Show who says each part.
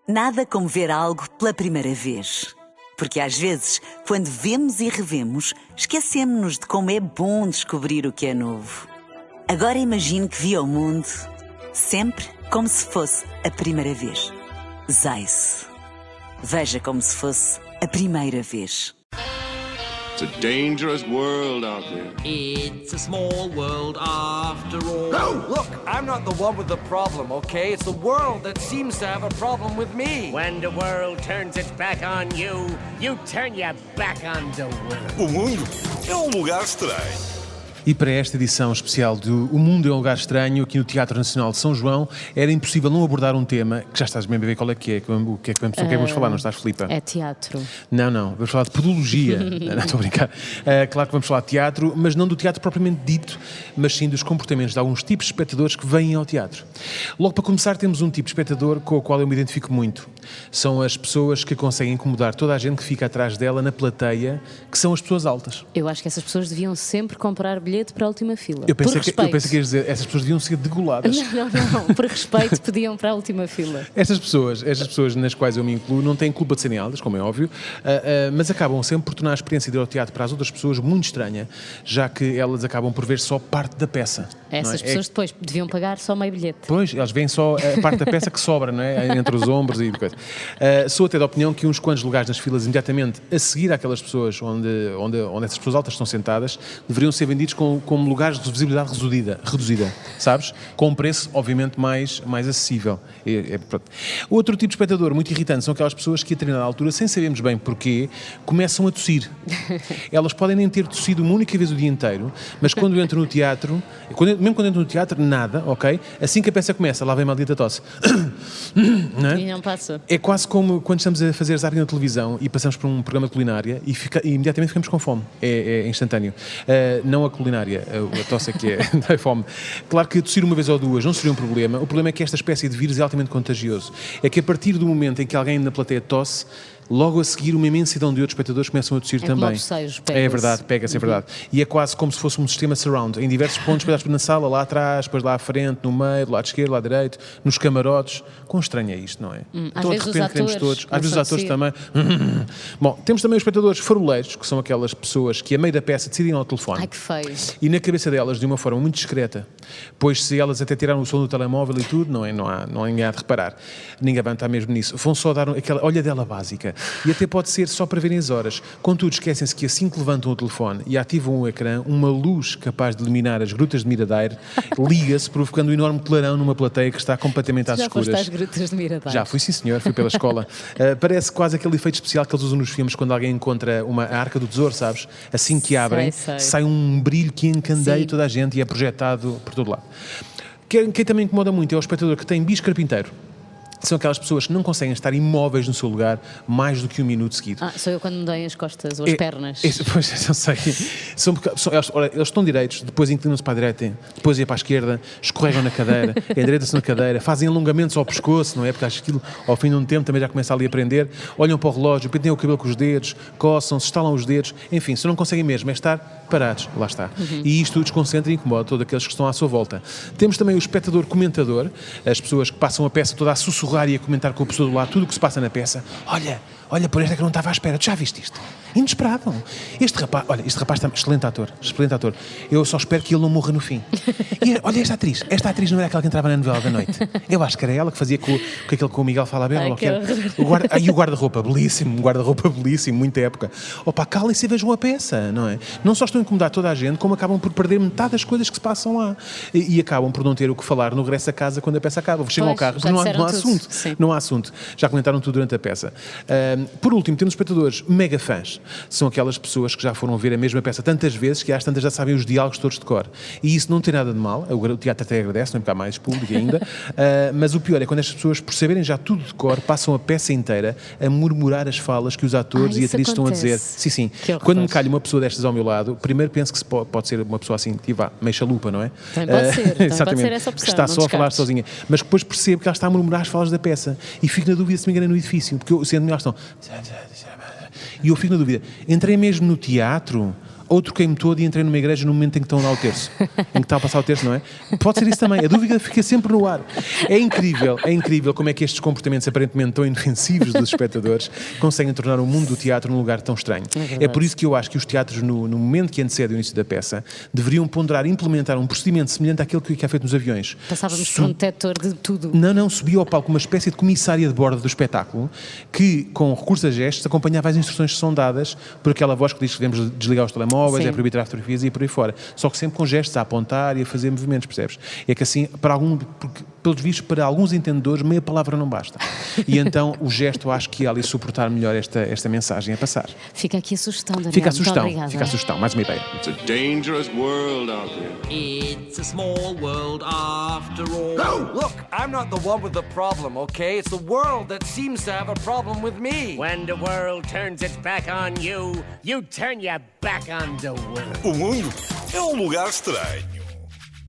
Speaker 1: Nada como ver algo pela primeira vez. Porque às vezes, quando vemos e revemos, esquecemos-nos de como é bom descobrir o que é novo. Agora imagine que viu o mundo sempre como se fosse a primeira vez. Zais. Veja como se fosse a primeira vez.
Speaker 2: It's a dangerous world out there.
Speaker 3: It's a small world after all.
Speaker 4: No! Look, I'm not the one with the problem, okay? It's the world that seems to have a problem with me.
Speaker 5: When the world turns its back on you, you turn your back on the world.
Speaker 6: O mundo é um lugar estranho.
Speaker 7: E para esta edição especial do O Mundo é um Lugar Estranho, aqui no Teatro Nacional de São João, era impossível não abordar um tema que já estás bem a ver qual é que é, o que é que vamos falar, não estás, Filipa?
Speaker 8: É teatro.
Speaker 7: Não, vamos falar de podologia. Não, estou a brincar. Claro que vamos falar de teatro, mas não do teatro propriamente dito, mas sim dos comportamentos de alguns tipos de espectadores que vêm ao teatro. Logo para começar temos um tipo de espectador com o qual eu me identifico muito. São as pessoas que conseguem incomodar toda a gente que fica atrás dela na plateia, que são as pessoas altas.
Speaker 8: Eu acho que essas pessoas deviam sempre comprar bilhete para a última fila.
Speaker 7: Eu pensei que ias dizer, essas pessoas deviam ser degoladas.
Speaker 8: Não. Por respeito, pediam para a última fila.
Speaker 7: Estas pessoas nas quais eu me incluo não têm culpa de serem altas, como é óbvio, mas acabam sempre por tornar a experiência de ir ao teatro para as outras pessoas muito estranha, já que elas acabam por ver só parte da peça.
Speaker 8: Essas pessoas depois deviam pagar só meio bilhete.
Speaker 7: Pois, elas veem só a parte da peça que sobra, não é? Entre os ombros e coisa. Sou até da opinião que uns quantos lugares nas filas imediatamente a seguir àquelas pessoas onde essas pessoas altas estão sentadas deveriam ser vendidos como lugares de visibilidade reduzida, sabes? Com um preço, obviamente, mais acessível. Outro tipo de espectador muito irritante são aquelas pessoas que, a determinada altura, sem sabermos bem porquê, começam a tossir. Elas podem nem ter tossido uma única vez o dia inteiro, mas quando entram no teatro, mesmo quando entram no teatro, nada, ok? Assim que a peça começa, lá vem a maldita tosse. Não é?
Speaker 8: E não passa.
Speaker 7: É quase como quando estamos a fazer zapping na televisão e passamos por um programa de culinária e imediatamente ficamos com fome. É instantâneo. Não a culinária, a tosse é que é fome. Claro que tossir uma vez ou duas não seria um problema. O problema é que esta espécie de vírus é altamente contagioso. É que a partir do momento em que alguém na plateia tosse, logo a seguir uma imensidão de outros espectadores começam a tossir também. É verdade, pega-se, é verdade. E é quase como se fosse um sistema surround, em diversos pontos, na sala, lá atrás, depois lá à frente, no meio, do lado esquerdo, do lado direito, nos camarotes. Quão estranho é isto, não é?
Speaker 8: Então, de repente
Speaker 7: vemos todos, às vezes os atores também. Bom, temos também os espectadores faroleiros, que são aquelas pessoas que a meio da peça decidem ao telefone.
Speaker 8: Ai, que feio.
Speaker 7: E na cabeça delas, de uma forma muito discreta, pois se elas até tiraram o som do telemóvel e tudo, não há ninguém a de reparar. Ninguém vai estar mesmo nisso. Vão só dar aquela olhadela básica. E até pode ser só para verem as horas. Contudo, esquecem-se que assim que levantam o telefone e ativam o ecrã, uma luz capaz de iluminar as grutas de Miradeiro liga-se, provocando um enorme clarão numa plateia que está completamente às escuras.
Speaker 8: Já foste às grutas de Miradeiro?
Speaker 7: Já fui, sim senhor, fui pela escola. Parece quase aquele efeito especial que eles usam nos filmes quando alguém encontra a Arca do Tesouro, sabes? Assim que abrem, sai um brilho que encandeia toda a gente e é projetado por todo lado. Quem também incomoda muito é o espectador que tem bicho carpinteiro. São aquelas pessoas que não conseguem estar imóveis no seu lugar mais do que um minuto seguido.
Speaker 8: Sou eu quando me dei as costas ou as pernas.
Speaker 7: Pois, eu sei. Eles estão direitos, depois inclinam-se para a direita, depois ir para a esquerda, escorregam na cadeira, endireitam-se na cadeira, fazem alongamentos ao pescoço, não é? Porque acho que aquilo, ao fim de um tempo, também já começa ali a aprender. Olham para o relógio, penteiam o cabelo com os dedos, coçam-se, estalam os dedos. Enfim, se não conseguem mesmo é estar parados, lá está. E isto desconcentra e incomoda todos aqueles que estão à sua volta. Temos também o espectador comentador, as pessoas que passam a peça toda a sussurrar e a comentar com a pessoa do lado tudo o que se passa na peça. Olha, por esta que eu não estava à espera. Tu já viste isto? Inesperado. Este rapaz está excelente ator. Eu só espero que ele não morra no fim. E olha esta atriz não era aquela que entrava na novela da noite. Eu acho que era ela que fazia com o Miguel Falabella. E o guarda-roupa, belíssimo, muita época. Calem-se e vejam a peça, não é? Não só estão a incomodar toda a gente, como acabam por perder metade das coisas que se passam lá. E acabam por não ter o que falar no regresso a casa quando a peça acaba. Chegam ao carro, não há assunto. Já comentaram tudo durante a peça. Por último, temos espectadores mega fãs. São aquelas pessoas que já foram ver a mesma peça tantas vezes que às tantas já sabem os diálogos todos de cor. E isso não tem nada de mal. O teatro até agradece, não é porque há mais público ainda. Mas o pior é quando estas pessoas, por saberem já tudo de cor, passam a peça inteira a murmurar as falas que os atores e atrizes estão a dizer. Sim. Quando me calha uma pessoa destas ao meu lado, primeiro penso que pode ser uma pessoa assim, meio chalupa, não é?
Speaker 8: Também pode ser.
Speaker 7: Exatamente.
Speaker 8: Pode ser essa opção.
Speaker 7: Que está só a falar sozinha. Mas depois percebo que ela está a murmurar as falas da peça. E fico na dúvida se me engano no edifício. Porque sendo-me elas estão... E eu fico na dúvida, entrei mesmo no teatro ou troquei-me todo e entrei numa igreja no momento em que estão lá o terço. Em que está a passar o terço, não é? Pode ser isso também. A dúvida fica sempre no ar. É incrível como é que estes comportamentos aparentemente tão inofensivos dos espectadores conseguem tornar o mundo do teatro num lugar tão estranho. É por isso que eu acho que os teatros, no momento que antecede o início da peça, deveriam ponderar e implementar um procedimento semelhante àquele que é feito nos aviões.
Speaker 8: Passávamos por um detector de tudo.
Speaker 7: Não, subia ao palco uma espécie de comissária de bordo do espetáculo que, com recurso a gestos, acompanhava as instruções que são dadas por aquela voz que diz que devemos desligar os telemóveis,
Speaker 8: Sim.
Speaker 7: é proibir tirar fotografias e por aí fora. Só que sempre com gestos a apontar e a fazer movimentos, percebes? É que assim, porque, pelos vistos, para alguns entendedores, meia palavra não basta. E então o gesto acho que ia ali suportar melhor esta mensagem a passar.
Speaker 8: Fica aqui a sugestão, Daniel.
Speaker 7: Fica a
Speaker 8: Muito
Speaker 7: sugestão,
Speaker 8: obrigada.
Speaker 7: mais uma ideia.
Speaker 2: It's a dangerous world out there.
Speaker 3: It's a small world after all.
Speaker 4: No! Look, I'm not the one with the problem, okay? It's the world that seems to have a problem with me.
Speaker 5: When the world turns its back on you, you turn your back on the world.
Speaker 6: O mundo é um lugar estranho.